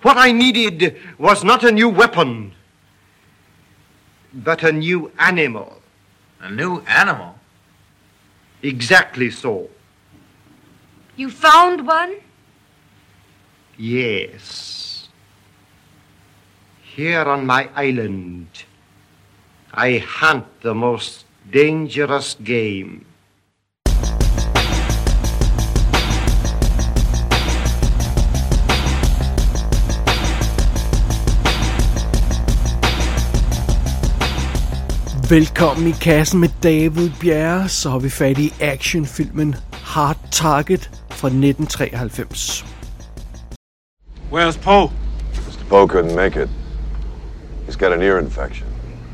What I needed was not a new weapon, but a new animal. A new animal? Exactly so. You found one? Yes. Here on my island, I hunt the most dangerous game. Velkommen i kassen med David Bjerre, så har vi fat i actionfilmen Hard Target fra 1993. Where's Poe? Mr. Poe couldn't make it. He's got an ear infection.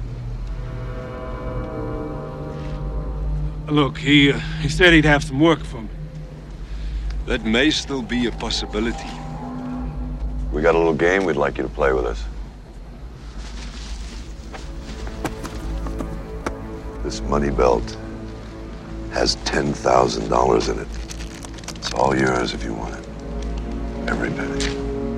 Look, he said he'd have some work for me. That may still be a possibility. We got a little game we'd like you to play with us. This money belt has $10,000 in it. It's all yours if you want it. Every penny.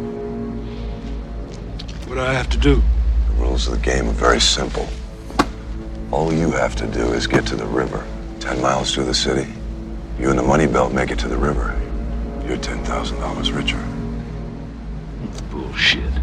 What do I have to do? The rules of the game are very simple. All you have to do is get to the river. 10 miles through the city. You and the money belt make it to the river. You're $10,000 richer. Bullshit.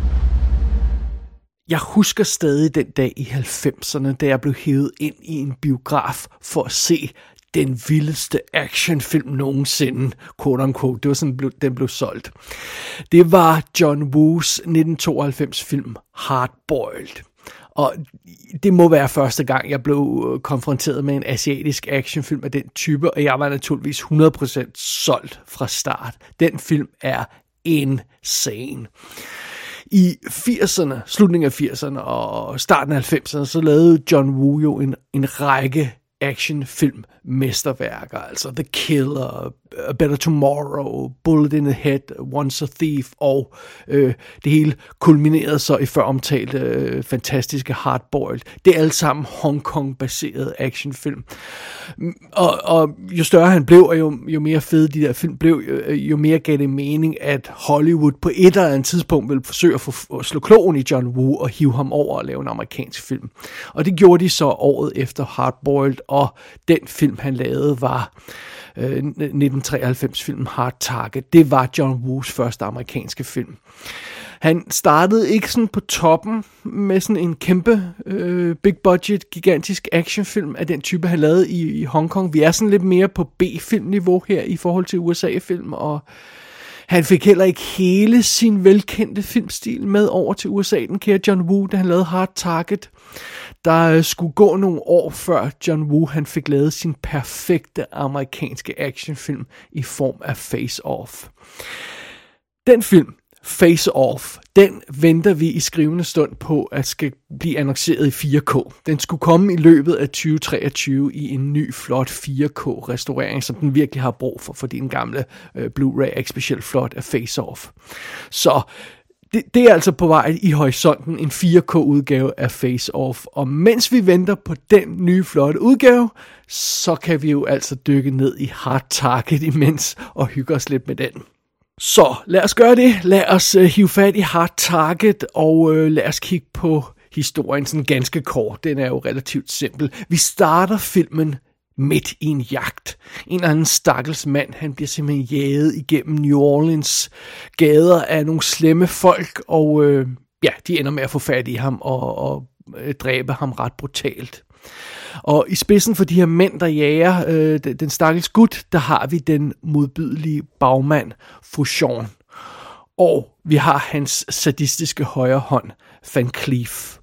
Jeg husker stadig den dag i 90'erne, da jeg blev hævet ind i en biograf for at se den vildeste actionfilm nogensinde, quote unquote. Det var sådan, den blev solgt. Det var John Woos 1992 film Hard-Boiled. Og det må være første gang, jeg blev konfronteret med en asiatisk actionfilm af den type, og jeg var naturligvis 100% solgt fra start. Den film er insane. I 80'erne, slutningen af 80'erne og starten af 90'erne, så lavede John Woo jo en række actionfilm mesterværker, altså The Killer, A Better Tomorrow, Bullet in the Head, Once a Thief, og det hele kulminerede så i før omtalte fantastiske Hard-Boiled. Det er alle sammen Hong Kong-baserede actionfilm. Og jo større han blev, og jo mere fede de der film blev, jo mere gav det mening, at Hollywood på et eller andet tidspunkt ville forsøge at slå klogen i John Woo og hive ham over og lave en amerikansk film. Og det gjorde de så året efter Hard-Boiled, og den film, han lavede, var 1993-filmen Hard Target. Det var John Woos første amerikanske film. Han startede ikke sådan på toppen med sådan en kæmpe big budget, gigantisk actionfilm af den type, han lavede i Hong Kong. Vi er sådan lidt mere på B-filmniveau her i forhold til USA-film, og han fik heller ikke hele sin velkendte filmstil med over til USA, den kære John Woo, da han lavede Hard Target. Der skulle gå nogle år før John Woo han fik lavet sin perfekte amerikanske actionfilm i form af Face Off. Den film, Face Off, den venter vi i skrivende stund på at skal blive annonceret i 4K. Den skulle komme i løbet af 2023 i en ny flot 4K-restaurering, som den virkelig har brug for, fordi den gamle Blu-ray er ikke specielt flot af Face Off. Så det er altså på vej i horisonten, en 4K-udgave af Face Off. Og mens vi venter på den nye flotte udgave, så kan vi jo altså dykke ned i Hard Target imens og hygge os lidt med den. Så lad os gøre det. Lad os hive fat i Hard Target, og lad os kigge på historien sådan ganske kort. Den er jo relativt simpel. Vi starter filmen midt i en jagt. En eller anden stakkels mand, han bliver simpelthen jaget igennem New Orleans gader af nogle slemme folk, og de ender med at få fat i ham og dræbe ham ret brutalt. Og i spidsen for de her mænd, der jager den stakkels gut, der har vi den modbydelige bagmand, Fuchon. Og vi har hans sadistiske højre hånd, Van Cleef.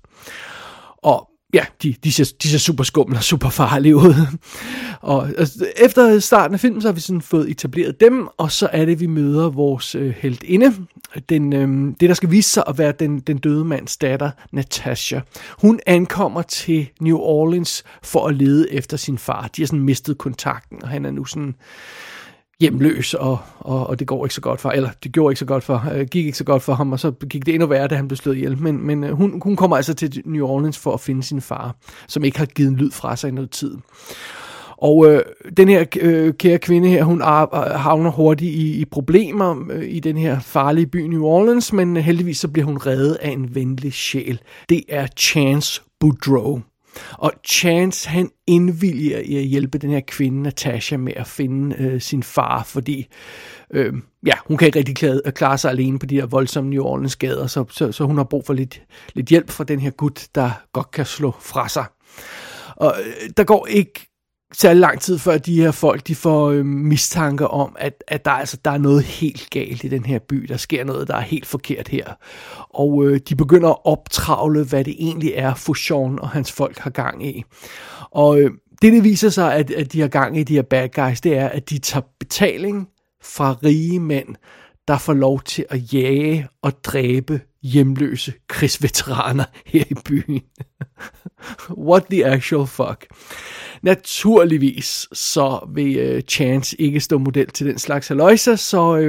Og ja, de ser super skumle og super farlige ud. Og efter starten af filmen, så har vi sådan fået etableret dem, og så er det, vi møder vores heltinde. Det, der skal vise sig at være den døde mands datter, Natasha. Hun ankommer til New Orleans for at lede efter sin far. De har sådan mistet kontakten, og han er nu sådan hjemløs, og det går ikke så godt for, eller det gjorde ikke så godt for, gik ikke så godt for ham, og så gik det endnu værre, da han blev slået ihjel. Men hun kommer altså til New Orleans for at finde sin far, som ikke har givet en lyd fra sig i noget tid. Og den her kære kvinde her, hun havner hurtigt i problemer i den her farlige by New Orleans, men heldigvis så bliver hun reddet af en venlig sjæl. Det er Chance Boudreaux. Og Chance, han indvilliger i at hjælpe den her kvinde, Natasha, med at finde sin far, fordi hun kan ikke rigtig klare sig alene på de her voldsomme New Orleans gader, så hun har brug for lidt hjælp fra den her gut, der godt kan slå fra sig. Og der går ikke særlig lang tid før de her folk, de får mistanke om, at der er noget helt galt i den her by. Der sker noget, der er helt forkert her. Og de begynder at optravle, hvad det egentlig er, Fauchon og hans folk har gang i. Og det viser sig, at de har gang i, de her bad guys, det er, at de tager betaling fra rige mænd, der får lov til at jage og dræbe hjemløse krigsveteraner her i byen. What the actual fuck? Naturligvis så vil Chance ikke stå model til den slags halløjser, så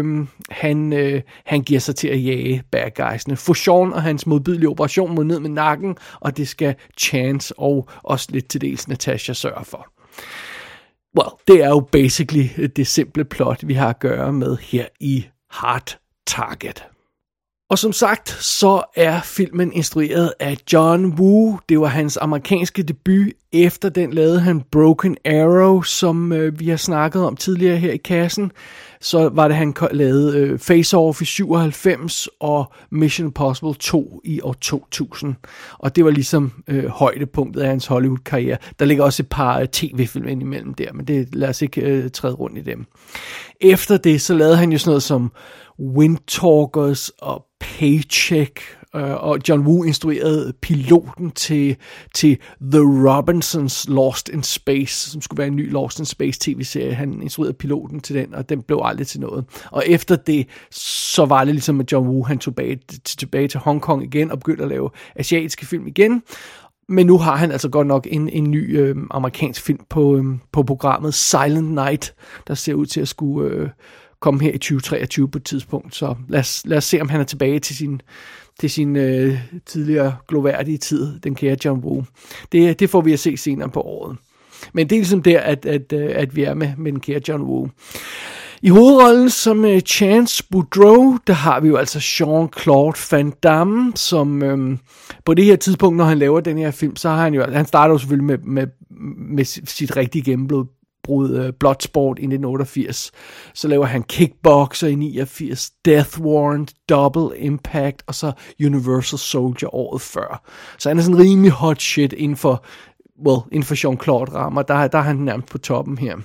han giver sig til at jage bad guysene. Fauchon og hans modbydelige operation mod ned med nakken, og det skal Chance og også lidt til dels Natasha sørge for. Well, det er jo basically det simple plot, vi har at gøre med her i Hard Target. Og som sagt, så er filmen instrueret af John Woo. Det var hans amerikanske debut. Efter den lavede han Broken Arrow, som vi har snakket om tidligere her i kassen. Så var det, han lavede Face Off i 97 og Mission Impossible 2 i år 2000. Og det var ligesom højdepunktet af hans Hollywood-karriere. Der ligger også et par tv-film indimellem der, men lad os ikke træde rundt i dem. Efter det, så lavede han jo sådan noget som Windtalkers og Paycheck, og John Woo instruerede piloten til The Robinsons Lost in Space, som skulle være en ny Lost in Space tv-serie. Han instruerede piloten til den, og den blev aldrig til noget. Og efter det, så var det ligesom, at John Woo han tog tilbage til Hong Kong igen og begyndte at lave asiatiske film igen. Men nu har han altså godt nok en ny amerikansk film på programmet, Silent Night, der ser ud til at skulle komme her i 2023 på et tidspunkt. Så lad os se, om han er tilbage til sin tidligere gloværdige tid, den kære John Woo. Det får vi at se senere på året. Men det er ligesom der, at vi er med den kære John Woo. I hovedrollen som Chance Boudreaux, der har vi jo altså Jean-Claude Van Damme, som på det her tidspunkt, når han laver den her film, så har han starter jo selvfølgelig med sit rigtige gennembrud, Bloodsport i 1988. Så laver han Kickboxer i 89, Death Warrant, Double Impact og så Universal Soldier året før. Så han er sådan rimelig hot shit inden for Jean-Claude-rammer. Der er han nærmest på toppen her.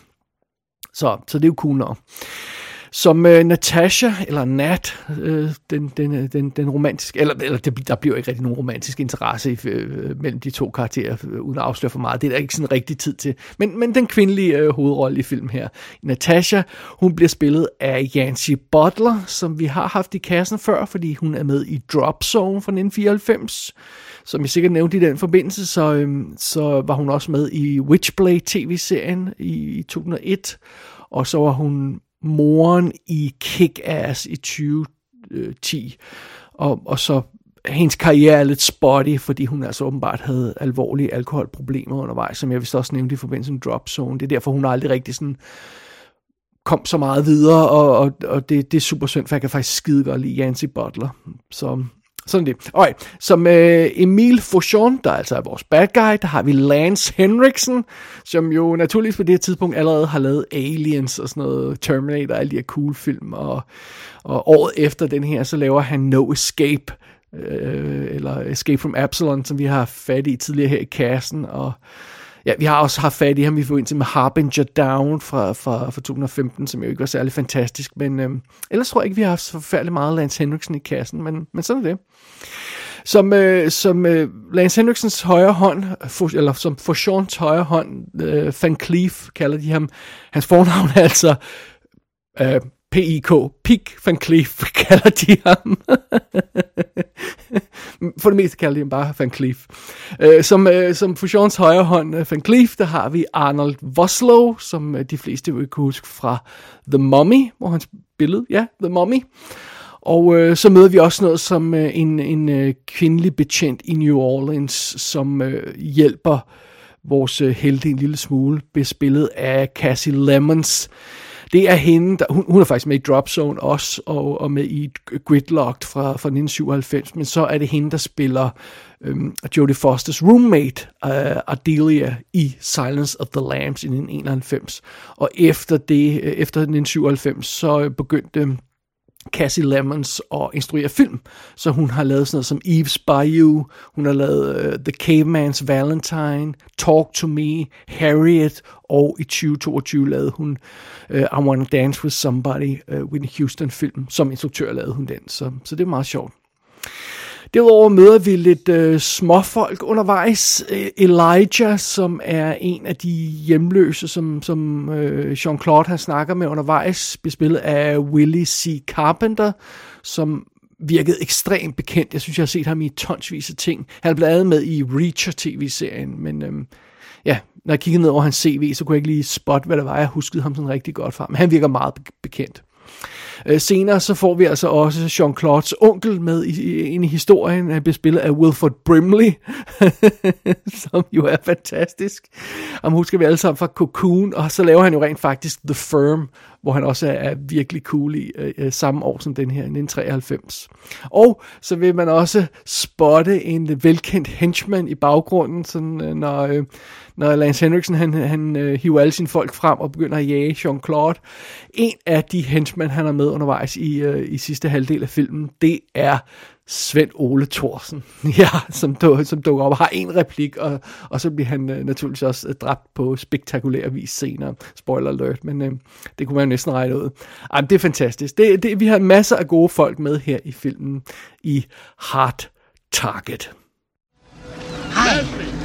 Så det er jo cool nok. Som Natasha, eller Nat, den romantiske, eller der bliver jo ikke rigtig nogen romantisk interesse mellem de to karakterer, uden at afsløre for meget. Det er der ikke sådan rigtig tid til. Men den kvindelige hovedrolle i filmen her, Natasha, hun bliver spillet af Yancy Butler, som vi har haft i kassen før, fordi hun er med i Drop Zone fra 1994. Som jeg sikkert nævnte i den forbindelse, så var hun også med i Witchblade tv-serien i 2001, og så var hun moren i Kick-Ass i 2010, og så hendes karriere er lidt spotty, fordi hun altså åbenbart havde alvorlige alkoholproblemer undervejs, som jeg vist også nævnte i forbindelse med Drop Zone. Det er derfor, hun aldrig rigtig sådan kom så meget videre, og det er super synd, for jeg kan faktisk skide godt lide Yancy Butler. Så sådan det. Okay. Som Emile Fauchon, der altså er vores bad guy, der har vi Lance Henriksen, som jo naturligvis på det her tidspunkt allerede har lavet Aliens og sådan noget, Terminator og alle de her cool film, og året efter den her, så laver han No Escape, eller Escape from Absalon, som vi har fat i tidligere her i kassen, og ja, vi har også haft fat i ham i forbindelse med Harbinger Down fra 2015, som jo ikke var særlig fantastisk, men ellers tror jeg ikke, vi har haft så forfærdeligt meget Lance Henriksen i kassen, men sådan er det. Som Lance Henriksens højre hånd, eller som Fauchons højre hånd, Van Cleef kalder de ham, hans fornavn er altså P.I.K. Pik Van Cleef kalder de ham. For det meste kalder de ham bare Van Cleef. Som Fauchons højre hånd, Van Cleef, der har vi Arnold Vosloo, som de fleste vil kunne huske fra The Mummy, hvor han spillede, ja, The Mummy. Og så møder vi også noget som en kvindelig betjent i New Orleans, som hjælper vores helte en lille smule, bespillet af Kasi Lemmons. Det er hende, hun er faktisk med i Drop Zone også, og med i Gridlocked fra 1997, men så er det hende, der spiller Jodie Fosters roommate, Ardelia, i Silence of the Lambs i 1991. Og efter 1997, så begyndte Kasi Lemmons at instruere film, så hun har lavet sådan noget som Eve's Bayou, hun har lavet The Caveman's Valentine, Talk to Me, Harriet, og i 2022 lavede hun I Wanna Dance with Somebody, Whitney Houston film, som instruktør lavede hun den, så det er meget sjovt. Derudover møder vi lidt småfolk undervejs. Elijah, som er en af de hjemløse, som Jean-Claude har snakket med undervejs, bespillet af Willie C. Carpenter, som virkede ekstremt bekendt. Jeg synes, jeg har set ham i tonsvis af ting. Han er blandt andet med i Reacher-tv-serien, men når jeg kiggede ned over hans CV, så kunne jeg ikke lige spotte, hvad der var. Jeg huskede ham sådan rigtig godt fra, men han virker meget bekendt. Senere så får vi altså også Jean-Claudes onkel med ind i historien. Han bliver spillet af Wilford Brimley, som jo er fantastisk. Og husker vi alle sammen fra Cocoon, og så laver han jo rent faktisk The Firm, hvor han også er virkelig cool i samme år som den her, 1993. Og så vil man også spotte en velkendt henchman i baggrunden, sådan, når Lance Henriksen han hiver alle sine folk frem og begynder at jage Jean-Claude. En af de henchmen, han er med undervejs i sidste halvdel af filmen, det er Svend Ole Thorsen, som dukker op og har en replik, og så bliver han naturligvis også dræbt på spektakulær vis senere. Spoiler alert, men det kunne man næsten regne ud. Det er fantastisk. Vi har masser af gode folk med her i filmen i Hard Target. Hi.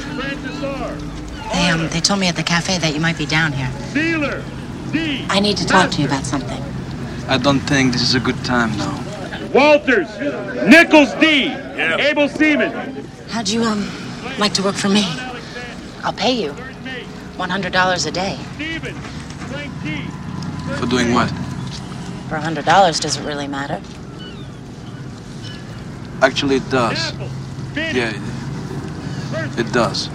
They told me at the cafe that you might be down here. I need to talk to you about something. I don't think this is a good time now. Walters, Nichols D, Abel Seaman. How'd you, like to work for me? I'll pay you $100 a day. For doing what? For $100, does it really matter? Actually, it does. Yeah, it does.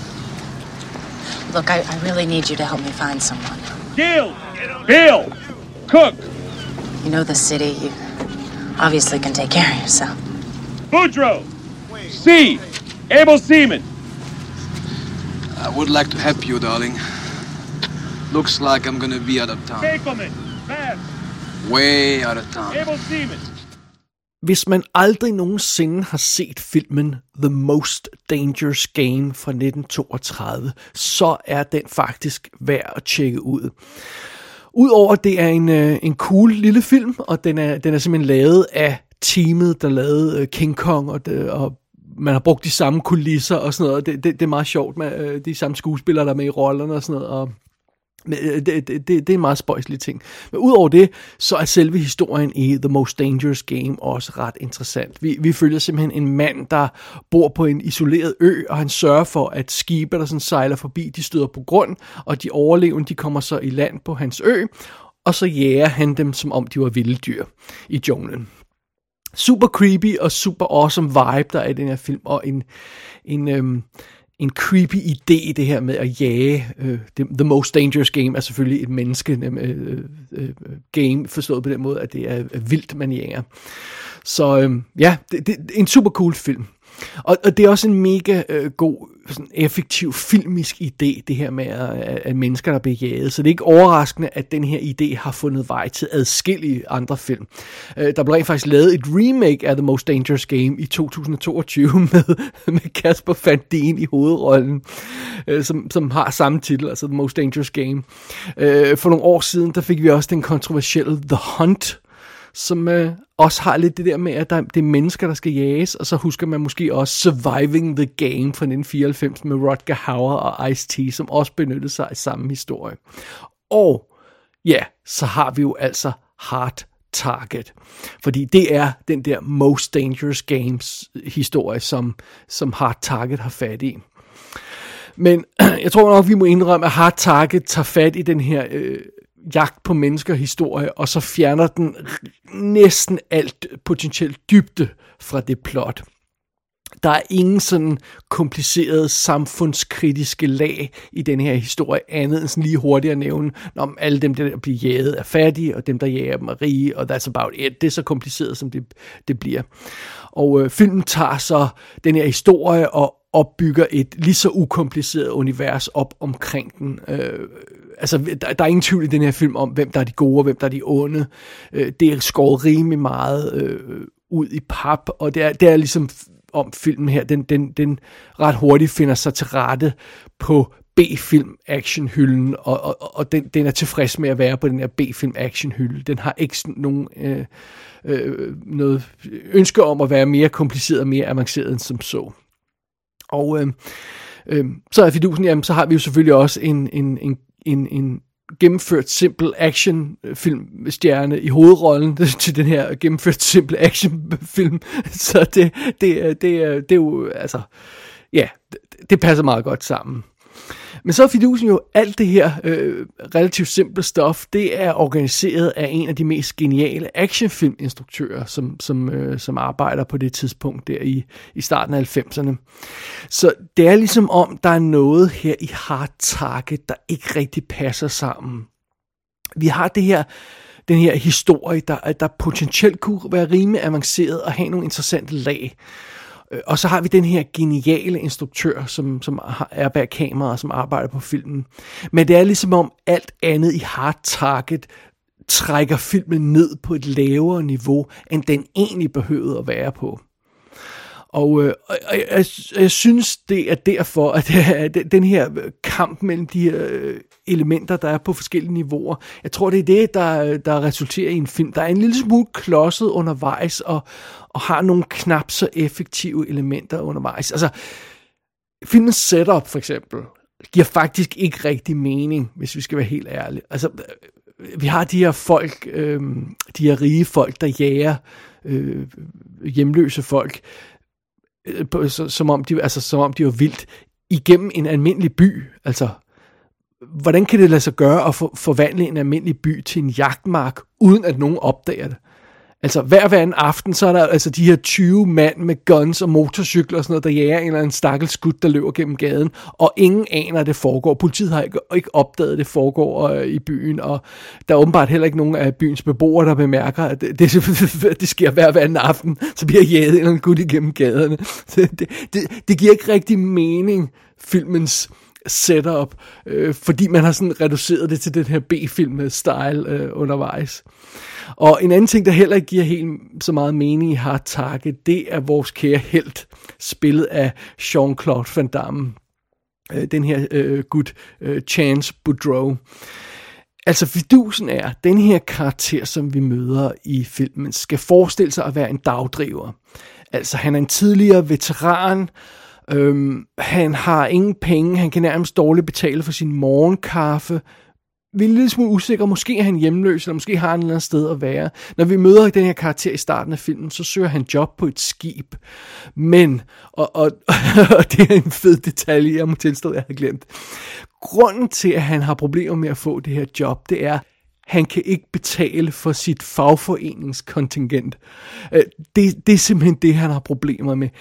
Look, I really need you to help me find someone. Gill, Bill, Cook. You know the city. You obviously can take care of yourself. Boudreaux, C, Abel Seaman. I would like to help you, darling. Looks like I'm gonna be out of town. Bakelman, Bass. Way out of town. Abel Seaman. Hvis man aldrig nogensinde har set filmen The Most Dangerous Game fra 1932, så er den faktisk værd at tjekke ud. Udover det er en cool lille film, og den er simpelthen lavet af teamet, der lavede King Kong, og man har brugt de samme kulisser og sådan noget. Det er meget sjovt med de samme skuespillere, der er med i rollerne og sådan noget, og det er en meget spøjselig ting. Men udover det, så er selve historien i The Most Dangerous Game også ret interessant. Vi følger simpelthen en mand, der bor på en isoleret ø, og han sørger for, at skibe, der sådan sejler forbi, de støder på grund, og de overlevende, de kommer så i land på hans ø, og så jager han dem, som om de var vilde dyr i junglen. Super creepy og super awesome vibe, der er i den her film, og en creepy idé, det her med at jage. The Most Dangerous Game er selvfølgelig et menneske game, forstået på den måde, at det er vildt, man jager. Så det er en super cool film. Og det er også en mega god, sådan effektiv filmisk idé, det her med at mennesker, der bliver jaget. Så det er ikke overraskende, at den her idé har fundet vej til adskillige andre film. Der blev faktisk lavet et remake af The Most Dangerous Game i 2022 med Casper Van Dien i hovedrollen, som har samme titel, altså The Most Dangerous Game. For nogle år siden, der fik vi også den kontroversielle The Hunt, som også har lidt det der med, at det er mennesker, der skal jages, og så husker man måske også Surviving the Game fra 1994 med Rutger Hauer og Ice-T, som også benyttede sig af samme historie. Og så har vi jo altså Hard Target, fordi det er den der Most Dangerous Games historie, som Hard Target har fat i. Men jeg tror nok, vi må indrømme, at Hard Target tager fat i den her jagt på mennesker historie, og så fjerner den næsten alt potentielt dybde fra det plot. Der er ingen sådan komplicerede samfundskritiske lag i den her historie, andet end sådan lige hurtigt at nævne, om alle dem, der bliver jaget, er fattige, og dem, der jager dem, er rige, og that's about it. Det er så kompliceret, som det bliver. Og filmen tager så den her historie og opbygger et lige så ukompliceret univers op omkring den. Altså, der er ingen tvivl i den her film om, hvem der er de gode, og hvem der er de onde. Det er skåret rimelig meget ud i pap, og det er ligesom om filmen her, den ret hurtigt finder sig til rette på B-film actionhylden, og den er tilfreds med at være på den her B-film actionhylde. Den har ikke nogen noget ønske om at være mere kompliceret og mere avanceret end som så. Og så er fidusen, jamen så har vi jo selvfølgelig også en gennemført simpel actionfilmstjerne i hovedrollen til den her gennemført simpel actionfilm. Så det er jo, altså, ja, det passer meget godt sammen. Men så er fidusen jo, alt det her relativt simple stof, det er organiseret af en af de mest geniale actionfilminstruktører, som arbejder på det tidspunkt der i starten af 90'erne. Så det er ligesom om, der er noget her i Hard Target, der ikke rigtig passer sammen. Vi har den her historie, der potentielt kunne være rimelig avanceret og have nogle interessante lag. Og så har vi den her geniale instruktør, som er bag kameraet, som arbejder på filmen. Men det er ligesom om alt andet i Hard Target trækker filmen ned på et lavere niveau, end den egentlig behøvede at være på. Og jeg synes, det er derfor, at den her kamp mellem de her elementer, der er på forskellige niveauer, jeg tror, det er det, der resulterer i en film, der er en lille smule klodset undervejs, og har nogle knap så effektive elementer undervejs. Altså, filmens setup, for eksempel, giver faktisk ikke rigtig mening, hvis vi skal være helt ærlige. Altså, vi har de her folk, de her rige folk, der jager hjemløse folk, som om de var vildt igennem en almindelig by. Altså, hvordan kan det lade sig gøre at forvandle en almindelig by til en jagtmark, uden at nogen opdager det? Altså, hver anden aften, så er der altså de her 20 mand med guns og motorcykler og sådan noget, der jager en eller anden stakkels gut, der løber gennem gaden, og ingen aner, at det foregår. Politiet har ikke opdaget, at det foregår i byen, og der er åbenbart heller ikke nogen af byens beboere, der bemærker, at det sker hver anden aften, så bliver jaget en eller anden gut igennem gaderne. Det giver ikke rigtig mening, filmens setup, fordi man har sådan reduceret det til den her B-film-style undervejs. Og en anden ting, der heller ikke giver helt så meget mening i Hard Target, det er vores kære helt, spillet af Jean-Claude Van Damme. Den her gut, Chance Boudreaux. Altså fidusen er, den her karakter, som vi møder i filmen, skal forestille sig at være en dagdriver. Altså han er en tidligere veteran, han har ingen penge, han kan nærmest dårligt betale for sin morgenkaffe. Vi er lidt smule usikre, måske er han hjemløs, eller måske har han et eller andet sted at være. Når vi møder den her karakter i starten af filmen, så søger han job på et skib. Men, og det er en fed detalje, jeg må tilstå, at jeg har glemt. Grunden til, at han har problemer med at få det her job, det er, han kan ikke betale for sit fagforeningskontingent. Det er simpelthen det, han har problemer med.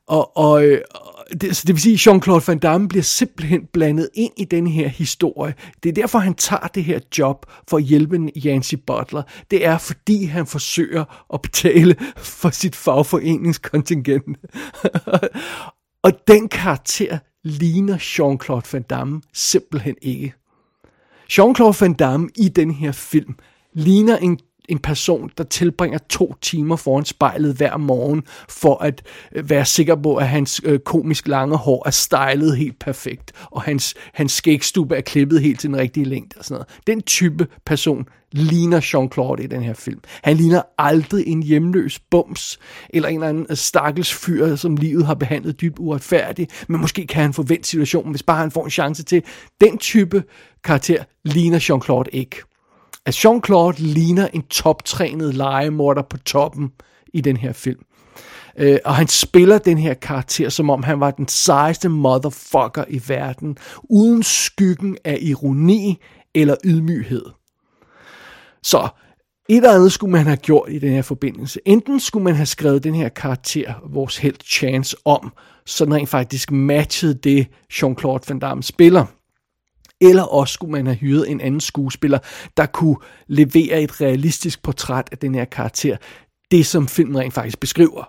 Det vil sige, at Jean-Claude Van Damme bliver simpelthen blandet ind i den her historie. Det er derfor, han tager det her job for at hjælpe Yancy Butler. Det er, fordi han forsøger at betale for sit fagforeningskontingent. Og den karakter ligner Jean-Claude Van Damme simpelthen ikke. Jean-Claude Van Damme i den her film ligner en person, der tilbringer 2 timer foran spejlet hver morgen, for at være sikker på, at hans komisk lange hår er stylet helt perfekt, og hans skægstube er klippet helt til den rigtige længde og sådan noget. Den type person ligner Jean-Claude i den her film. Han ligner aldrig en hjemløs bums, eller en eller anden stakkels fyr, som livet har behandlet dybt uretfærdigt, men måske kan han forvente situationen, hvis bare han får en chance til. Den type karakter ligner Jean-Claude ikke. At Jean-Claude ligner en toptrænet legemorder på toppen i den her film. Og han spiller den her karakter, som om han var den sejeste motherfucker i verden, uden skyggen af ironi eller ydmyghed. Så Et eller andet skulle man have gjort i den her forbindelse. Enten skulle man have skrevet den her karakter, vores helt Chance, om, så den rent faktisk matchede det, Jean-Claude Van Damme spiller. Eller også skulle man have hyret en anden skuespiller, der kunne levere et realistisk portræt af den her karakter. Det, som filmen rent faktisk beskriver.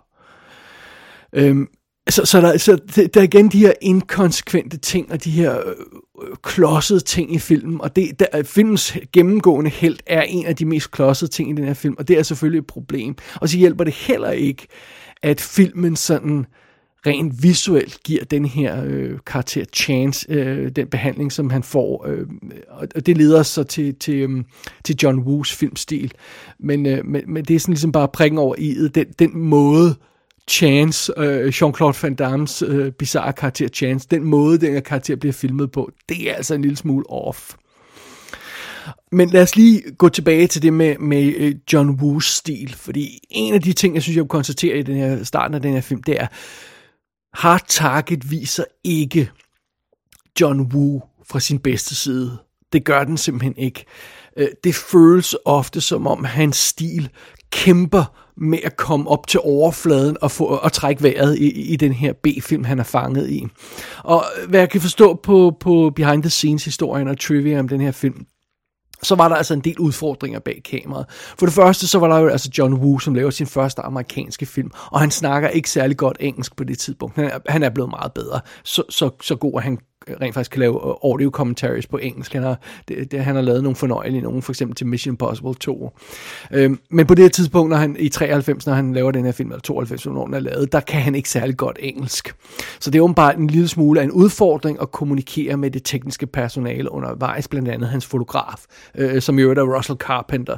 Så der er igen de her inkonsekvente ting, og de her klodsede ting i filmen, og filmens gennemgående helt er en af de mest klodsede ting i den her film, og det er selvfølgelig et problem. Og så hjælper det heller ikke, at filmen sådan rent visuelt giver den her karakter Chance den behandling, som han får, og det leder så til John Woos filmstil. Men det er sådan ligesom bare prikken over i'et, den måde Chance, Jean-Claude Van Dammes bizarre karakter Chance, den måde, den her karakter bliver filmet på, det er altså en lille smule off. Men lad os lige gå tilbage til det med John Woos stil, fordi en af de ting, jeg synes, jeg kunne konstatere i den her starten af den her film, det er, Hard Target viser ikke John Woo fra sin bedste side. Det gør den simpelthen ikke. Det føles ofte som om hans stil kæmper med at komme op til overfladen og trække vejret i den her B-film, han er fanget i. Og hvad jeg kan forstå på behind the scenes historien og trivia om den her film, så var der altså en del udfordringer bag kameraet. For det første, så var der jo altså John Woo, som laver sin første amerikanske film, og han snakker ikke særlig godt engelsk på det tidspunkt. Han er blevet meget bedre. Så god, at han rent faktisk kan lave audio commentaries på engelsk. Han har lavet nogle fornøjelige, nogle for eksempel til Mission Impossible 2. Men på det her tidspunkt, når han i 93, når han laver den her film, eller 92, når den er lavet, der kan han ikke særlig godt engelsk. Så det er åbenbart en lille smule af en udfordring at kommunikere med det tekniske personale undervejs, blandt andet hans fotograf, som jo er Russell Carpenter.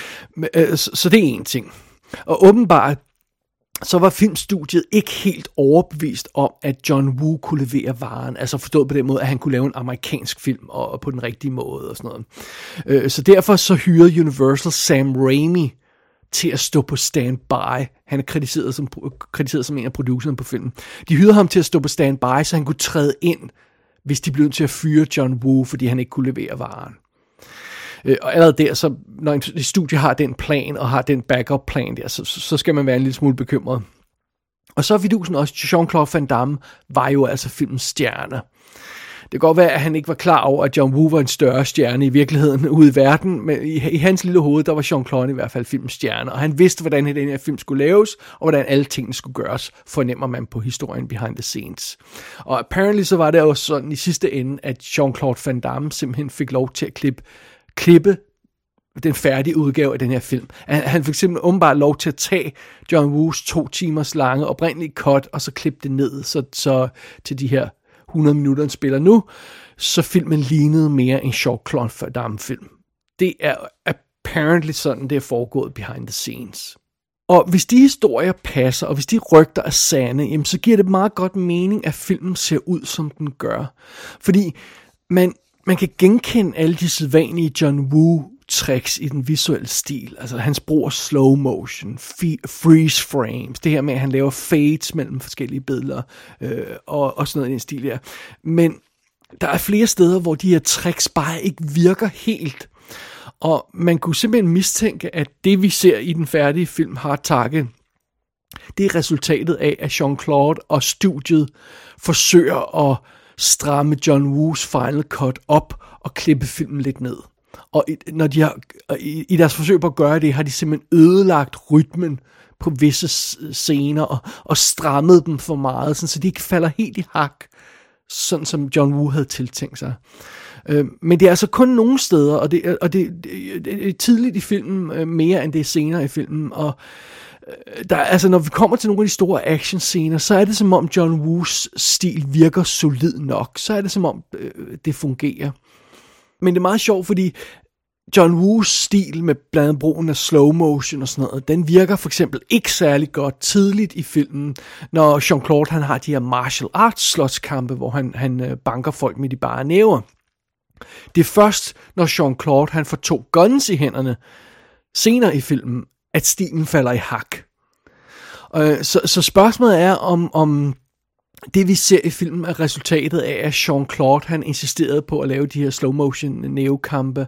Så det er en ting. Og åbenbart så var filmstudiet ikke helt overbevist om, at John Woo kunne levere varen, altså forstået på den måde, at han kunne lave en amerikansk film og på den rigtige måde og sådan noget. Så derfor så hyrede Universal Sam Raimi til at stå på standby. Han er krediteret som en af producerne på filmen. De hyrede ham til at stå på standby, så han kunne træde ind, hvis de blev nødt til at fyre John Woo, fordi han ikke kunne levere varen. Og allerede der, så når et studie har den plan, og har den backup plan der, så skal man være en lille smule bekymret. Og så er vidusen også, Jean-Claude Van Damme var jo altså filmens stjerne. Det kan godt være, at han ikke var klar over, at John Woo var en større stjerne i virkeligheden ude i verden, men i hans lille hoved, der var Jean-Claude i hvert fald filmens stjerne, og han vidste, hvordan den her film skulle laves, og hvordan alle tingene skulle gøres, fornemmer man på historien behind the scenes. Og apparently så var det også sådan i sidste ende, at Jean-Claude Van Damme simpelthen fik lov til at klippe den færdige udgave af den her film. Han fik simpelthen åbenbart lov til at tage John Woos 2 timers lange oprindelige cut, og så klippe det ned, så til de her 100 minutter, han spiller nu, så filmen lignede mere en Jean-Claude Van Damme film. Det er apparently sådan, det er foregået behind the scenes. Og hvis de historier passer, og hvis de rygter er sande, jamen, så giver det meget godt mening, at filmen ser ud, som den gør. Fordi man kan genkende alle de sædvanlige John Woo tricks i den visuelle stil. Altså hans brug af slow motion, freeze frames, det her med, at han laver fades mellem forskellige billeder, og sådan noget i den stil der. Men der er flere steder, hvor de her tricks bare ikke virker helt. Og man kunne simpelthen mistænke, at det vi ser i den færdige film Hard Target, det er resultatet af, at Jean-Claude og studiet forsøger at stramme John Woos final cut op og klippe filmen lidt ned. Og når de har, i deres forsøg på at gøre det, har de simpelthen ødelagt rytmen på visse scener og strammet dem for meget, så de ikke falder helt i hak, sådan som John Woo havde tiltænkt sig. Men det er altså kun nogle steder, og det er tidligt i filmen mere end det er senere i filmen, og der, altså når vi kommer til nogle af de store actionscener, så er det som om John Woos stil virker solid nok, så er det som om det fungerer. Men det er meget sjovt, fordi John Woos stil med blandt andet brugen af slow motion og sådan noget, den virker for eksempel ikke særlig godt tidligt i filmen, når Jean-Claude han har de her martial arts slåskampe, hvor han banker folk med de bare næver. Det er først, når Jean-Claude han får 2 guns i hænderne, senere i filmen, at stilen falder i hak. Så spørgsmålet er, det vi ser i filmen er resultatet af, at Jean-Claude, han insisterede på at lave de her slow motion neokampe,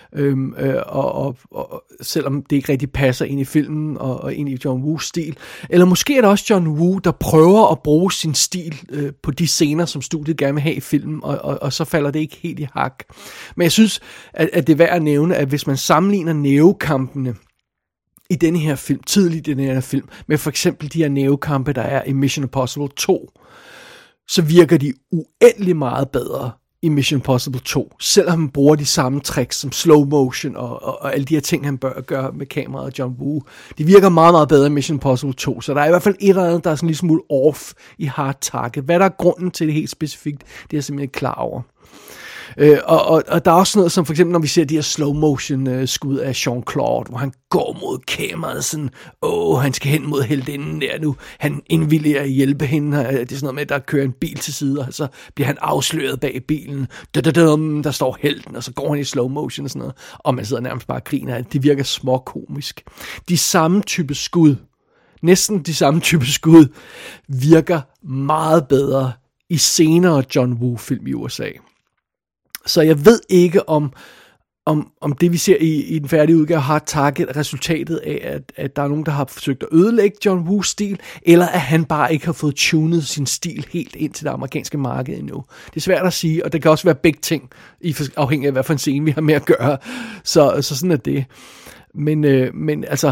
og selvom det ikke rigtig passer ind i filmen og ind i John Woos stil, eller måske er det også John Woo, der prøver at bruge sin stil på de scener, som studiet gerne vil have i filmen, og så falder det ikke helt i hak. Men jeg synes, at det er værd at nævne, at hvis man sammenligner neokampene i denne her film, tidligt i denne her film, med for eksempel de her neokampe, der er i Mission Impossible 2, så virker de uendelig meget bedre i Mission Impossible 2, selvom han bruger de samme tricks som slow motion og alle de her ting, han bør gøre med kameraet, John Woo. De virker meget, meget bedre i Mission Impossible 2, så der er i hvert fald et eller andet, der er sådan lidt smule off i Hard Target. Hvad der er grunden til det helt specifikt, det er jeg simpelthen ikke klar over. Og der er også noget som for eksempel når vi ser de her slow motion skud af Jean-Claude, hvor han går mod kameraet sådan, han skal hen mod heltinden der nu, han indvilliger at hjælpe hende, det er sådan noget med at der kører en bil til side, og så bliver han afsløret bag bilen, der står helten, og så går han i slow motion og sådan noget, og man sidder nærmest bare og griner, det virker småkomisk. De samme type skud, næsten de samme type skud, virker meget bedre i senere John Woo film i USA. Så jeg ved ikke om det vi ser i den færdige udgave Hard Target er resultatet af, at der er nogen, der har forsøgt at ødelægge John Woos stil, eller at han bare ikke har fået tunet sin stil helt ind til det amerikanske marked endnu. Det er svært at sige, og det kan også være begge ting, afhængig af hvad for en scene vi har med at gøre. Så sådan er det. Men altså,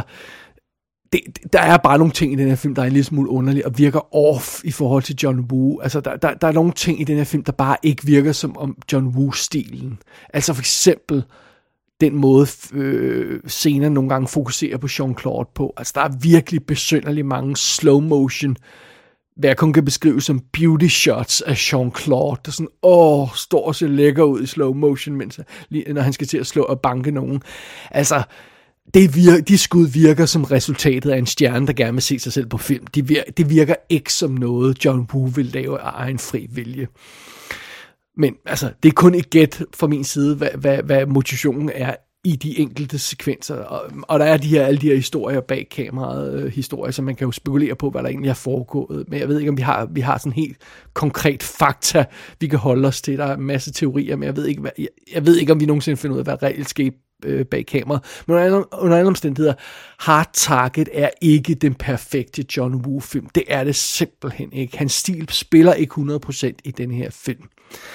der er bare nogle ting i den her film, der er en lille smule underlig og virker off i forhold til John Woo. Altså, der er nogle ting i den her film, der bare ikke virker som om John Woo-stilen. Altså for eksempel den måde scener nogle gange fokuserer på Jean-Claude på. Altså, der er virkelig besynderligt mange slow motion, hvad jeg kun kan beskrive som beauty shots af Jean-Claude, der sådan, står og ser lækker ud i slow motion, når han skal til at slå og banke nogen. Altså, de skud virker som resultatet af en stjerne, der gerne vil se sig selv på film. Det virker ikke som noget, John Woo vil lave af egen fri vilje. Men altså, det er kun et gæt fra min side, hvad motivationen er i de enkelte sekvenser. Og der er alle de her historier bag kameraet, historier, som man kan jo spekulere på, hvad der egentlig er foregået. Men jeg ved ikke, om vi har sådan helt konkret fakta, vi kan holde os til. Der er en masse teorier, men jeg ved ikke, om vi nogensinde finder ud af, hvad reelt skete bag kameraet. Men under alle omstændigheder, Hard Target er ikke den perfekte John Woo-film. Det er det simpelthen ikke. Hans stil spiller ikke 100% i den her film.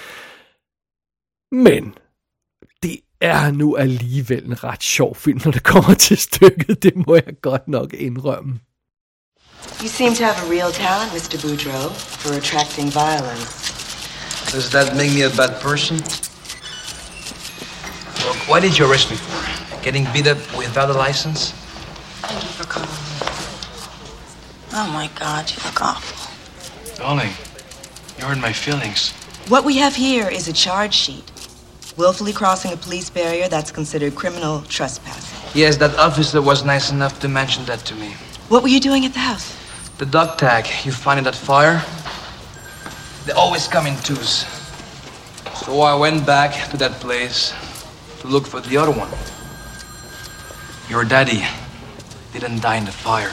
Men det er nu alligevel en ret sjov film, når det kommer til stykket. Det må jeg godt nok indrømme. You seem to have a real talent, Mr. Boudreaux, for attracting violence. Does that make me a bad person? Look, what did you arrest me for? Getting beat up without a license? Thank you for calling me. Oh my God, you look awful. Darling, you hurt my feelings. What we have here is a charge sheet. Willfully crossing a police barrier, that's considered criminal trespassing. Yes, that officer was nice enough to mention that to me. What were you doing at the house? The dog tag you find in that fire, they always come in twos. So I went back to that place to look for the other one. Your daddy didn't die in the fire.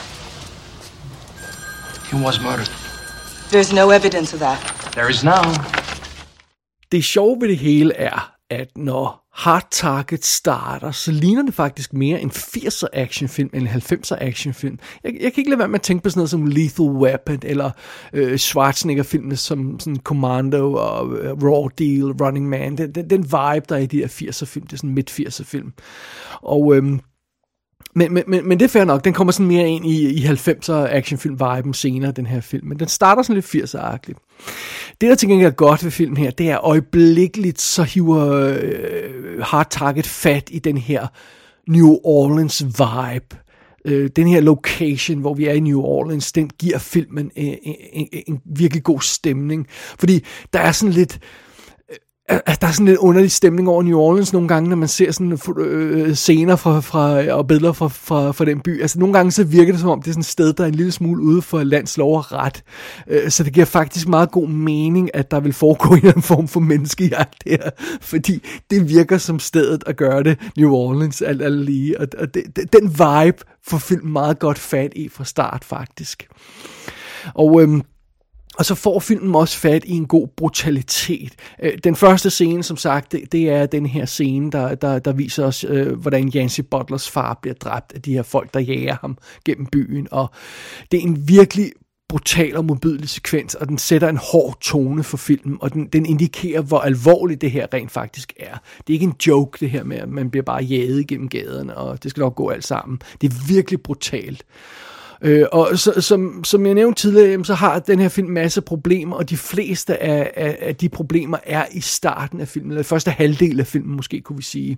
He was murdered. There's no evidence of that. There is now. Det sjove ved det hele er, at når Hard Target starter, så ligner det faktisk mere en 80'er actionfilm end en 90'er actionfilm. Jeg kan ikke lade være med at tænke på sådan noget som Lethal Weapon, eller Schwarzenegger-filmene som sådan Commando og Raw Deal, Running Man. Den vibe, der er i de her 80'er-film, det er sådan en midt-80'er-film. Og men det er fair nok, den kommer sådan mere ind i 90'er actionfilm-viben senere, den her film. Men den starter sådan lidt 80'er-agtigt. Det, der til gengæld er godt ved filmen her, det er øjeblikkeligt, så hiver Hard Target fat i den her New Orleans vibe. Den her location, hvor vi er i New Orleans, den giver filmen en virkelig god stemning. Fordi der er sådan lidt lidt underlig stemning over New Orleans nogle gange, når man ser sådan scener og billeder fra den by. Altså nogle gange så virker det som om, det er sådan et sted, der er en lille smule ude for lands lov og ret. Så det giver faktisk meget god mening, at der vil foregå en form for menneskejagt her. Fordi det virker som stedet at gøre det, New Orleans, alt lige. Og den vibe får filmen meget godt fat i fra start, faktisk. Og Og så får filmen også fat i en god brutalitet. Den første scene, som sagt, det er den her scene, der viser os, hvordan Yancy Butlers far bliver dræbt af de her folk, der jager ham gennem byen. Og det er en virkelig brutal og modbydelig sekvens, og den sætter en hård tone for filmen, og den indikerer, hvor alvorligt det her rent faktisk er. Det er ikke en joke, det her med, at man bliver bare jaget gennem gaderne, og det skal nok gå alt sammen. Det er virkelig brutalt. Og som jeg nævnte tidligere, så har den her film masse problemer, og de fleste af de problemer er i starten af filmen, eller første halvdel af filmen måske, kunne vi sige.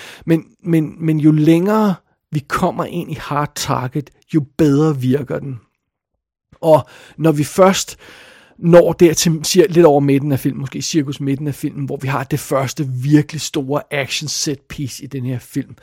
Men jo længere vi kommer ind i Hard Target, jo bedre virker den. Og når vi først når dertil lidt over midten af filmen, måske cirkus midten af filmen, hvor vi har det første virkelig store action set piece i den her film,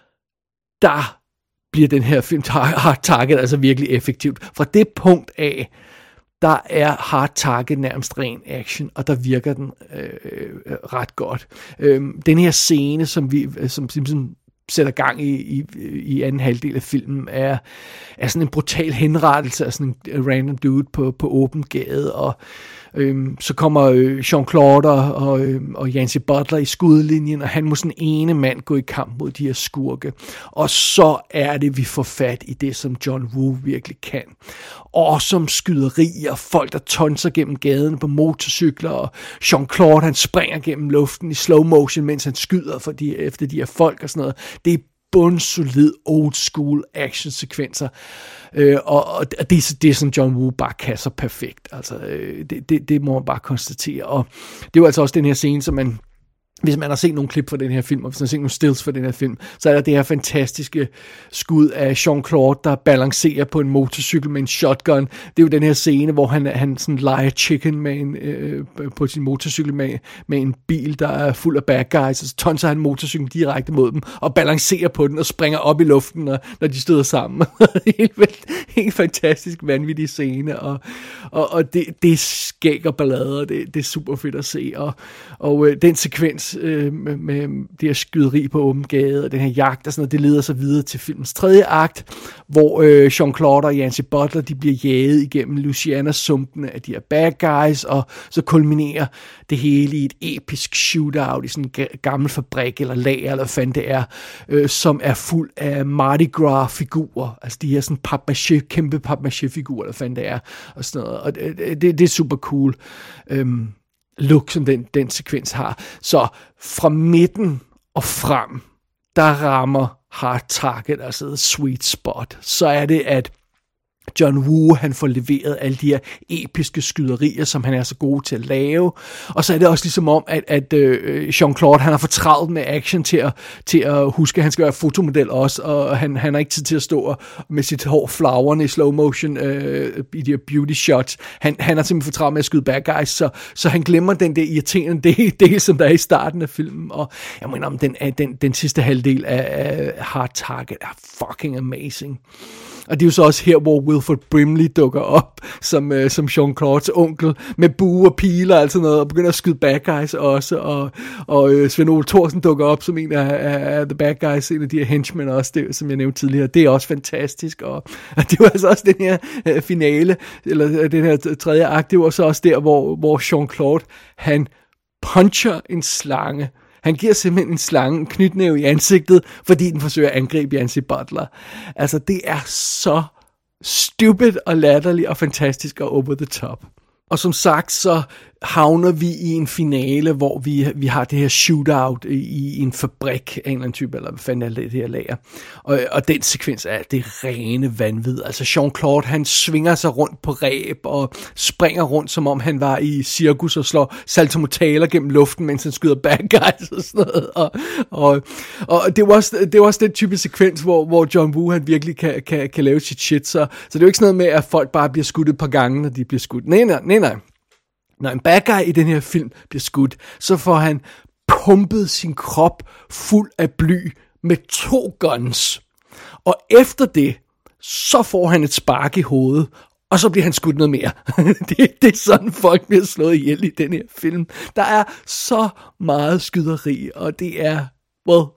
der bliver den her film Hard Target altså virkelig effektivt. Fra det punkt af, der er Hard Target nærmest ren action, og der virker den ret godt. Den her scene, som sætter gang i anden halvdel af filmen, er sådan en brutal henrettelse af sådan en random dude på åben gade, og så kommer Jean-Claude og Yancy Butler i skudlinjen, og han må sådan ene mand gå i kamp mod de her skurke. Og så er det, vi får fat i det, som John Woo virkelig kan. Awesome skyderier, folk der tonser gennem gaden på motorcykler, og Jean-Claude han springer gennem luften i slow motion, mens han skyder efter de her folk og sådan noget. Det er bundsolid old school action sekvenser, og det er som John Woo bare kan så perfekt. Altså det må man bare konstatere. Og det er jo altså også den her scene, som man, hvis man har set nogle klip fra den her film, og hvis man har set nogle stills fra den her film, så er der det her fantastiske skud af Jean-Claude, der balancerer på en motorcykel med en shotgun. Det er jo den her scene, hvor han sådan leger chicken med på sin motorcykel med en bil, der er fuld af bad guys, og så tonser han motorcyklen direkte mod dem, og balancerer på den, og springer op i luften, når de støder sammen. Helt fantastisk vanvittig scene, og det skæg og ballader, det er super fedt at se, og den sekvens med det her skyderi på åben gade, og den her jagt og sådan noget, det leder sig videre til filmens tredje akt, hvor Jean-Claude og Yancy Butler, de bliver jaget igennem Louisiana-sumpene af de her bad guys, og så kulminerer det hele i et episk shootout i sådan en gammel fabrik eller lager, eller hvad fanden det er, som er fuld af Mardi Gras-figurer, altså de her sådan kæmpe papier-figurer, eller hvad fanden det er, og sådan noget, og det er super cool. Look, som den sekvens har. Så fra midten og frem, der rammer Hard Target, altså sweet spot. Så er det, at John Woo, han får leveret alle de her episke skyderier, som han er så god til at lave. Og så er det også ligesom om, at Jean-Claude, han har for travlt med action til at huske, at han skal være fotomodel også, og han har ikke tid til at stå med sit hår flagrende i slow motion i de her beauty shots. Han er simpelthen for travlt med at skyde bad guys, så han glemmer den der irriterende del, som der er i starten af filmen. Og jeg mener, om den sidste halvdel af Hard Target er fucking amazing. Og det er jo så også her, hvor Wilford Brimley dukker op som Jean-Claudes onkel, med bue og piler og alt sådan noget, og begynder at skyde bad guys også, og Svend Ole Thorsen dukker op som en af the bad guys, en af de her henchmen også, det, som jeg nævnte tidligere. Det er også fantastisk, og det var altså også den her finale, eller den her tredje akt, det var så også der, hvor Jean-Claude, han puncher en slange. Han giver simpelthen en slange, en knytnæve i ansigtet, fordi den forsøger at angribe Yancy Butler. Altså, det er så stupid og latterligt og fantastisk og over the top. Og som sagt, så havner vi i en finale, hvor vi har det her shootout i en fabrik af en eller anden type, eller hvad fanden er det her lager. Og den sekvens er det rene vanvid. Altså Jean-Claude, han svinger sig rundt på reb og springer rundt, som om han var i cirkus og slår saltomortaler gennem luften, mens han skyder bad guys og sådan noget. Og det var også den type sekvens, hvor John Woo, han virkelig kan lave sit shit. Så det er jo ikke sådan noget med, at folk bare bliver skudt et par gange, når de bliver skudt. Nej. Når en bad guy i den her film bliver skudt, så får han pumpet sin krop fuld af bly med 2 guns. Og efter det, så får han et spark i hovedet, og så bliver han skudt noget mere. det er sådan, folk bliver slået ihjel i den her film. Der er så meget skyderi, og det er,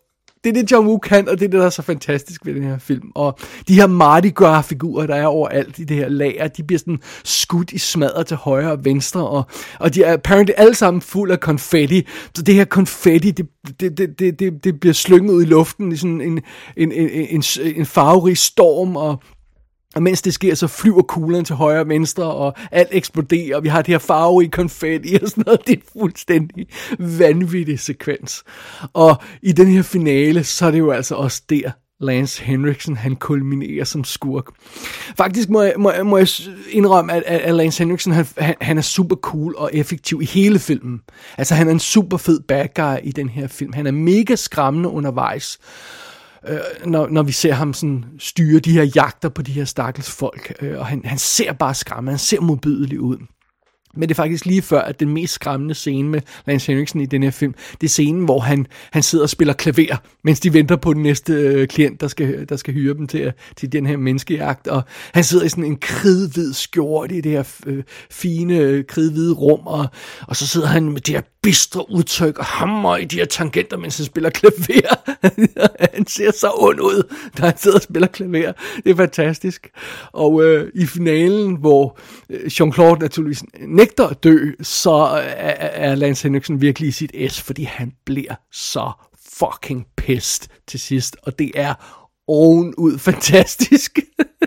er det, John Woo kan, og det er det, der er så fantastisk ved den her film. Og de her Mardi Gras-figurer, der er overalt i det her lager, de bliver sådan skudt i smadder til højre og venstre, og de er apparently alle sammen fuld af konfetti. Så det her konfetti, det bliver slynget ud i luften i sådan en farverig storm, og mens det sker, så flyver kuglerne til højre og venstre, og alt eksploderer, og vi har det her farverige konfetti og sådan noget. Det er fuldstændig vanvittig sekvens. Og i den her finale, så er det jo altså også der, Lance Henriksen, han kulminerer som skurk. Faktisk må jeg indrømme, at Lance Henriksen, han er super cool og effektiv i hele filmen. Altså, han er en super fed bad guy i den her film. Han er mega skræmmende undervejs, når vi ser ham sådan styre de her jagter på de her stakkels folk. Og han ser bare skræmmende, han ser modbydelig ud. Men det er faktisk lige før, at den mest skræmmende scene med Lance Henriksen i den her film, det er scenen, hvor han sidder og spiller klaver, mens de venter på den næste klient, der skal hyre dem til den her menneskejagt. Og han sidder i sådan en kridhvid skjorte i det her fine, kridhvide rum, og så sidder han med det her bistre udtryk og hammer i de her tangenter, mens han spiller klaver. Han ser så ond ud, da han sidder og spiller klaver. Det er fantastisk. Og i finalen, hvor Jean-Claude naturligvis nægter at dø, så er Lance Henriksen virkelig i sit S, fordi han bliver så fucking pissed til sidst, og det er ovenud fantastisk.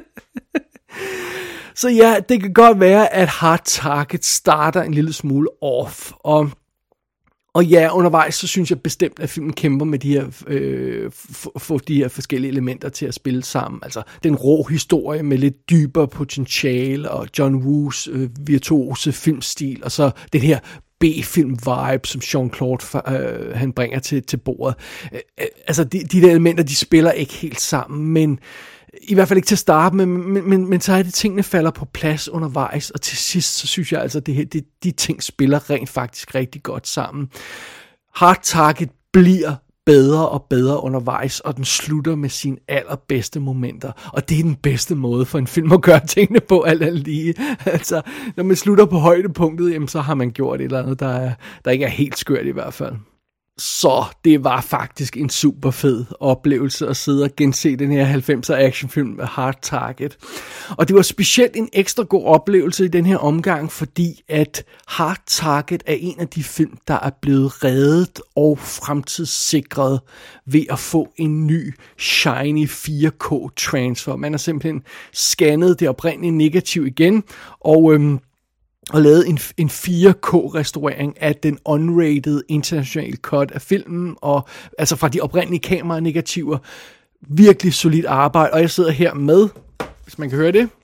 Så ja, det kan godt være, at Hard Target starter en lille smule off, og ja, undervejs, så synes jeg bestemt, at filmen kæmper med de her, få de her forskellige elementer til at spille sammen. Altså, den rå historie med lidt dybere potentiale, og John Woos virtuose filmstil, og så den her B-film-vibe, som Jean-Claude han bringer til bordet. Altså, de der elementer, de spiller ikke helt sammen, men i hvert fald ikke til at starte med, men så er det, tingene falder på plads undervejs, og til sidst, så synes jeg altså, at de ting spiller rent faktisk rigtig godt sammen. Hard Target bliver bedre og bedre undervejs, og den slutter med sine allerbedste momenter, og det er den bedste måde for en film at gøre tingene på, alt lige. Altså, når man slutter på højdepunktet, jamen, så har man gjort et eller andet, der ikke er helt skørt i hvert fald. Så det var faktisk en super fed oplevelse at sidde og gense den her 90'er actionfilm med Hard Target. Og det var specielt en ekstra god oplevelse i den her omgang, fordi at Hard Target er en af de film, der er blevet reddet og fremtidssikret ved at få en ny shiny 4K transfer. Man har simpelthen scannet det oprindelige negativ igen, og lavet en 4K-restaurering af den unrated internationale cut af filmen, og altså fra de oprindelige kameranegativer. Virkelig solidt arbejde, og jeg sidder her med, hvis man kan høre det,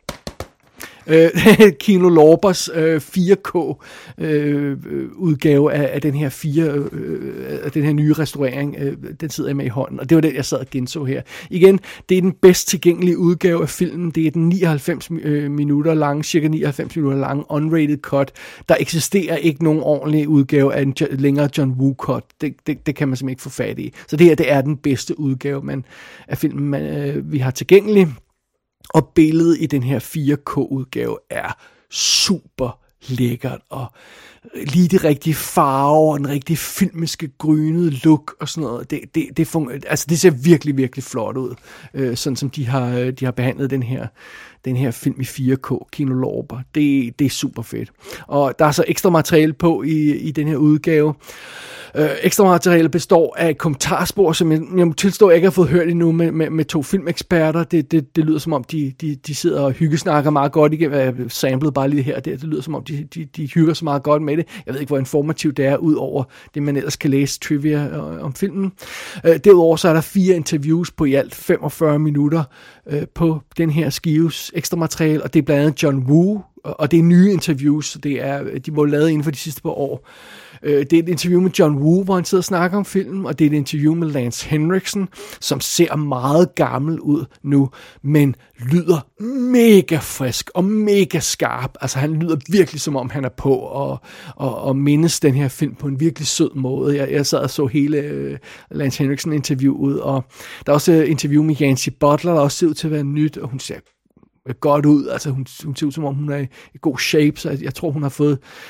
Kino Lorbers 4K udgave af den her den her nye restaurering. Den sidder jeg med i hånden, og det var det, jeg sad og genså her. Igen, det er den bedst tilgængelige udgave af filmen. Det er den 99 minutter lange, cirka 99 minutter lange unrated cut. Der eksisterer ikke nogen ordentlig udgave af en længere John Woo cut. Det kan man simpelthen ikke få fat i. Så det her, det er den bedste udgave af filmen, vi har tilgængelig. Og billedet i den her 4K-udgave er super lækkert, og lige de rigtige farver, og den rigtige filmiske grynede look og sådan noget. Det ser virkelig, virkelig flot ud, sådan som de har behandlet den her film i 4K, Kino Lorber. Det er super fedt. Og der er så ekstra materiale på i den her udgave. Ekstra materiale består af et kommentarspor, som jeg må tilstå, jeg ikke har fået hørt endnu med to filmeksperter. Det lyder som om, de sidder og hyggesnakker meget godt igennem. Jeg samlet bare lige her og der. Det lyder som om, de hygger så meget godt med det. Jeg ved ikke, hvor informativt det er, ud over det, man ellers kan læse trivia om filmen. Derudover så er der 4 interviews på i alt 45 minutter på den her skives ekstra materiale, og det er blandt andet John Woo, og det er nye interviews, de må lavet inden for de sidste par år. Det er et interview med John Woo, hvor han sidder og snakker om filmen, og det er et interview med Lance Henriksen, som ser meget gammel ud nu, men lyder mega frisk og mega skarp. Altså han lyder virkelig som om han er på og mindes den her film på en virkelig sød måde. Jeg sad og så hele Lance Henriksen interviewet, og der er også et interview med Yancy Butler, der også ser ud til at være nyt, og hun ser godt ud. Altså hun ser ud som om hun er i god shape, så jeg tror hun har fået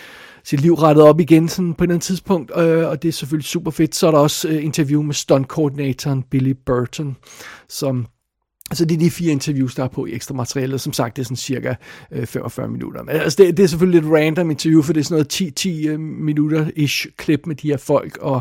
sit liv rettet op igen sådan på et eller andet tidspunkt, og det er selvfølgelig super fedt. Så er der også interview med stunt-koordinatoren Billy Burton, som... Altså det er de 4 interviews, der er på i ekstra materiale, som sagt, det er sådan cirka 45 minutter. Men altså det er selvfølgelig lidt random interview, for det er sådan noget 10 minutter-ish klip med de her folk, og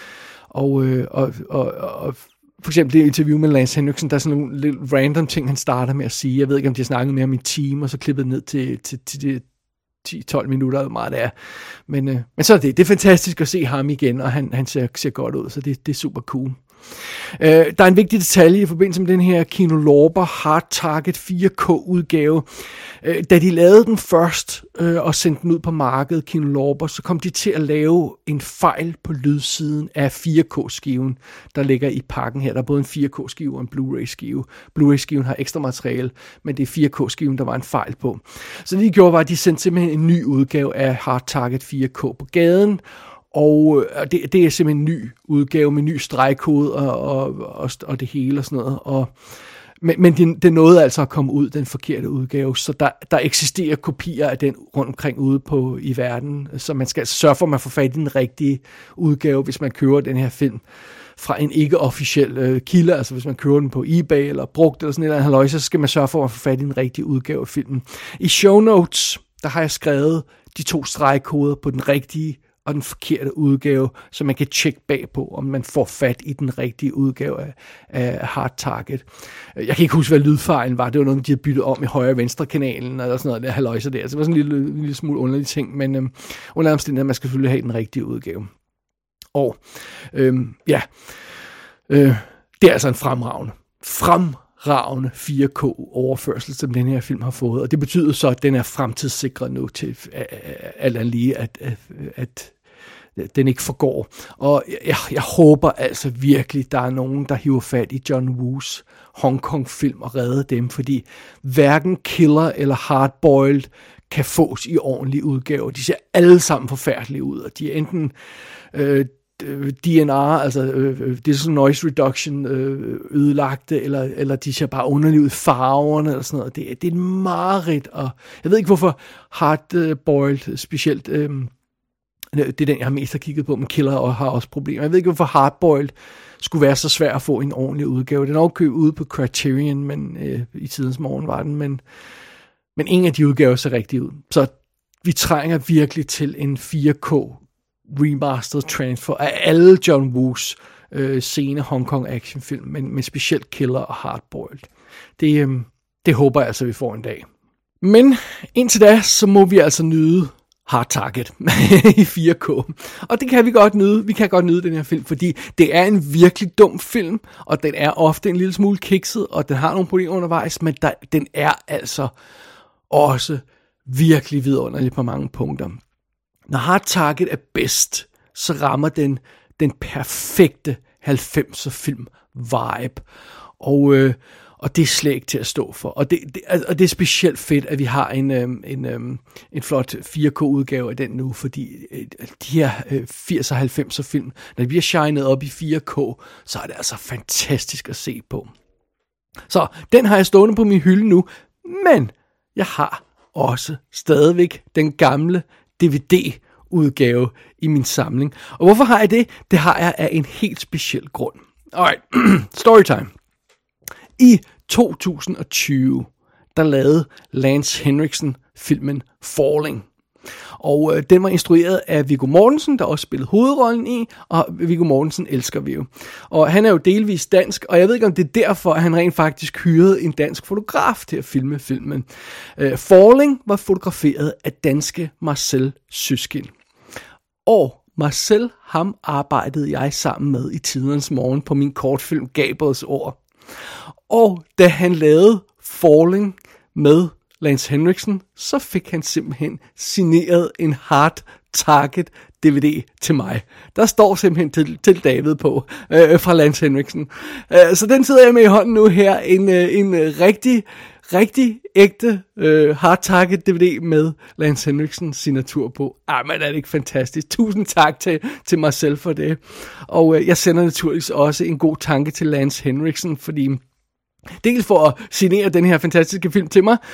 for eksempel det interview med Lance Henriksen, der er sådan nogle lidt random ting, han starter med at sige. Jeg ved ikke, om de har snakket mere om en time, og så klippet ned til det 10-12 minutter, eller meget det er. Men så er det er fantastisk at se ham igen, og han ser godt ud, så det er super cool. Der er en vigtig detalje i forbindelse med den her Kino Lorber Hard Target 4K udgave. Da de lavede den først og sendte den ud på markedet, Kino Lorber, så kom de til at lave en fejl på lydsiden af 4K-skiven, der ligger i pakken her. Der er både en 4K-skive og en Blu-ray-skive. Blu-ray-skiven har ekstra materiale, men det er 4K-skiven, der var en fejl på. Så det de gjorde, var, at de sendte simpelthen en ny udgave af Hard Target 4K på gaden, og det er simpelthen en ny udgave med ny stregkode og det hele og sådan noget. Men det nåede altså at komme ud, den forkerte udgave, så der eksisterer kopier af den rundt omkring ude i verden, så man skal sørge for, at man får fat i den rigtige udgave, hvis man køber den her film fra en ikke-officiel kilde, altså hvis man køber den på eBay eller brugt eller sådan et eller andet halløj, så skal man sørge for, at man får fat i den rigtige udgave af filmen. I show notes, der har jeg skrevet de 2 stregkoder på den rigtige og den forkerte udgave, så man kan tjekke bagpå, om man får fat i den rigtige udgave af Hard Target. Jeg kan ikke huske, hvad lydfejlen var. Det var noget, de havde byttet om i højre- og venstre kanalen, eller sådan noget der halløjser der. Så det var sådan en lille smule underlig ting, men under omstændigheder, man skal selvfølgelig have den rigtige udgave. Og det er altså en fremragende 4K-overførsel, som den her film har fået, og det betyder så, at den er fremtidssikret nu til alt andet lige, at den ikke forgår. Og jeg håber altså virkelig, der er nogen, der hiver fat i John Woos Hong Kong-film og redder dem, fordi hverken Killer eller Hardboiled kan fås i ordentlige udgaver. De ser alle sammen forfærdelige ud, og de er enten DNR, altså Digital Noise Reduction, ødelagte, eller de ser bare underligt ud i farverne, eller sådan noget. Det er et mareridt, og jeg ved ikke, hvorfor Hardboiled specielt, det er den, jeg har mest har kigget på, men Killer har også problemer. Jeg ved ikke, hvorfor Hardboiled skulle være så svært at få en ordentlig udgave. Den er også ude på Criterion, men i tidens morgen var den, men ingen af de udgaver ser rigtig ud. Så vi trænger virkelig til en 4K remastered transfer af alle John Woos sene Hong Kong actionfilm, men specielt Killer og Hardboiled. Det håber jeg altså, vi får en dag. Men indtil da, så må vi altså nyde Hard Target i 4K. Og det kan vi godt nyde. Vi kan godt nyde den her film, fordi det er en virkelig dum film, og den er ofte en lille smule kikset, og den har nogle problemer undervejs, men den er altså også virkelig vidunderlig på mange punkter. Når Hard Target er bedst, så rammer den perfekte 90'er film vibe. Og det er slet ikke til at stå for. Og det er specielt fedt, at vi har en flot 4K-udgave af den nu, fordi de her 80'er og 90'er film, når de bliver shined op i 4K, så er det altså fantastisk at se på. Så den har jeg stående på min hylde nu, men jeg har også stadigvæk den gamle DVD-udgave i min samling. Og hvorfor har jeg det? Det har jeg af en helt speciel grund. Alright, storytime. I 2020, der lavede Lance Henriksen filmen Falling. Og den var instrueret af Viggo Mortensen, der også spillede hovedrollen i, og Viggo Mortensen elsker vi jo. Og han er jo delvis dansk, og jeg ved ikke, om det er derfor, at han rent faktisk hyrede en dansk fotograf til at filme filmen. Falling var fotograferet af danske Marcel Søskind. Og Marcel, ham arbejdede jeg sammen med i tidernes morgen på min kortfilm Gabriels Ord. Og da han lavede Falling med Lance Henriksen, så fik han simpelthen signeret en Hard Target DVD til mig. Der står simpelthen til David på fra Lance Henriksen. Så den sidder jeg med i hånden nu her. En rigtig ægte Hard Target DVD med Lance Henriksens signatur på. Men er det ikke fantastisk? Tusind tak til Marcel for det. Og jeg sender naturligvis også en god tanke til Lance Henriksen, fordi dels for at signere den her fantastiske film til mig,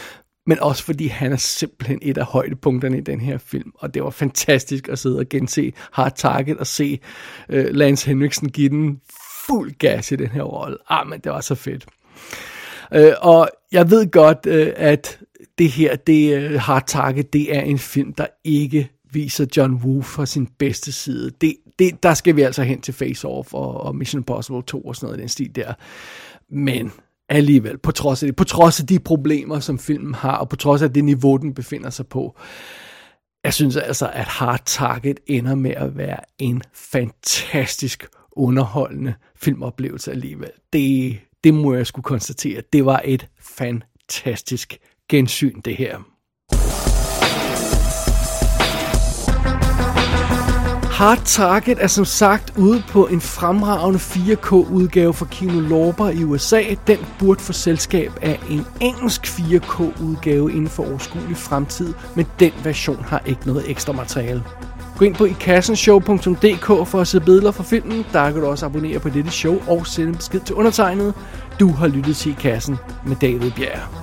men også fordi han er simpelthen et af højdepunkterne i den her film, og det var fantastisk at sidde og gense Hard Target og se Lance Henriksen give den fuld gas i den her rolle. Men det var så fedt. Og jeg ved godt, at det her, Hard Target, det er en film, der ikke viser John Woo fra sin bedste side. Der skal vi altså hen til Face Off og Mission Impossible 2 og sådan noget i den stil der. Men alligevel, på trods af de problemer, som filmen har, og på trods af det niveau, den befinder sig på, jeg synes altså, at Hard Target ender med at være en fantastisk underholdende filmoplevelse alligevel. Det må jeg skulle konstatere. Det var et fantastisk gensyn, det her. Hard Target er som sagt ude på en fremragende 4K-udgave fra Kino Lorber i USA. Den burde få selskab af en engelsk 4K-udgave inden for overskuelig fremtid, men den version har ikke noget ekstra materiale. Gå ind på ikassenshow.dk for at se billeder fra filmen. Der kan du også abonnere på dette show og sende besked til undertegnet. Du har lyttet til I Kassen med David Bjerg.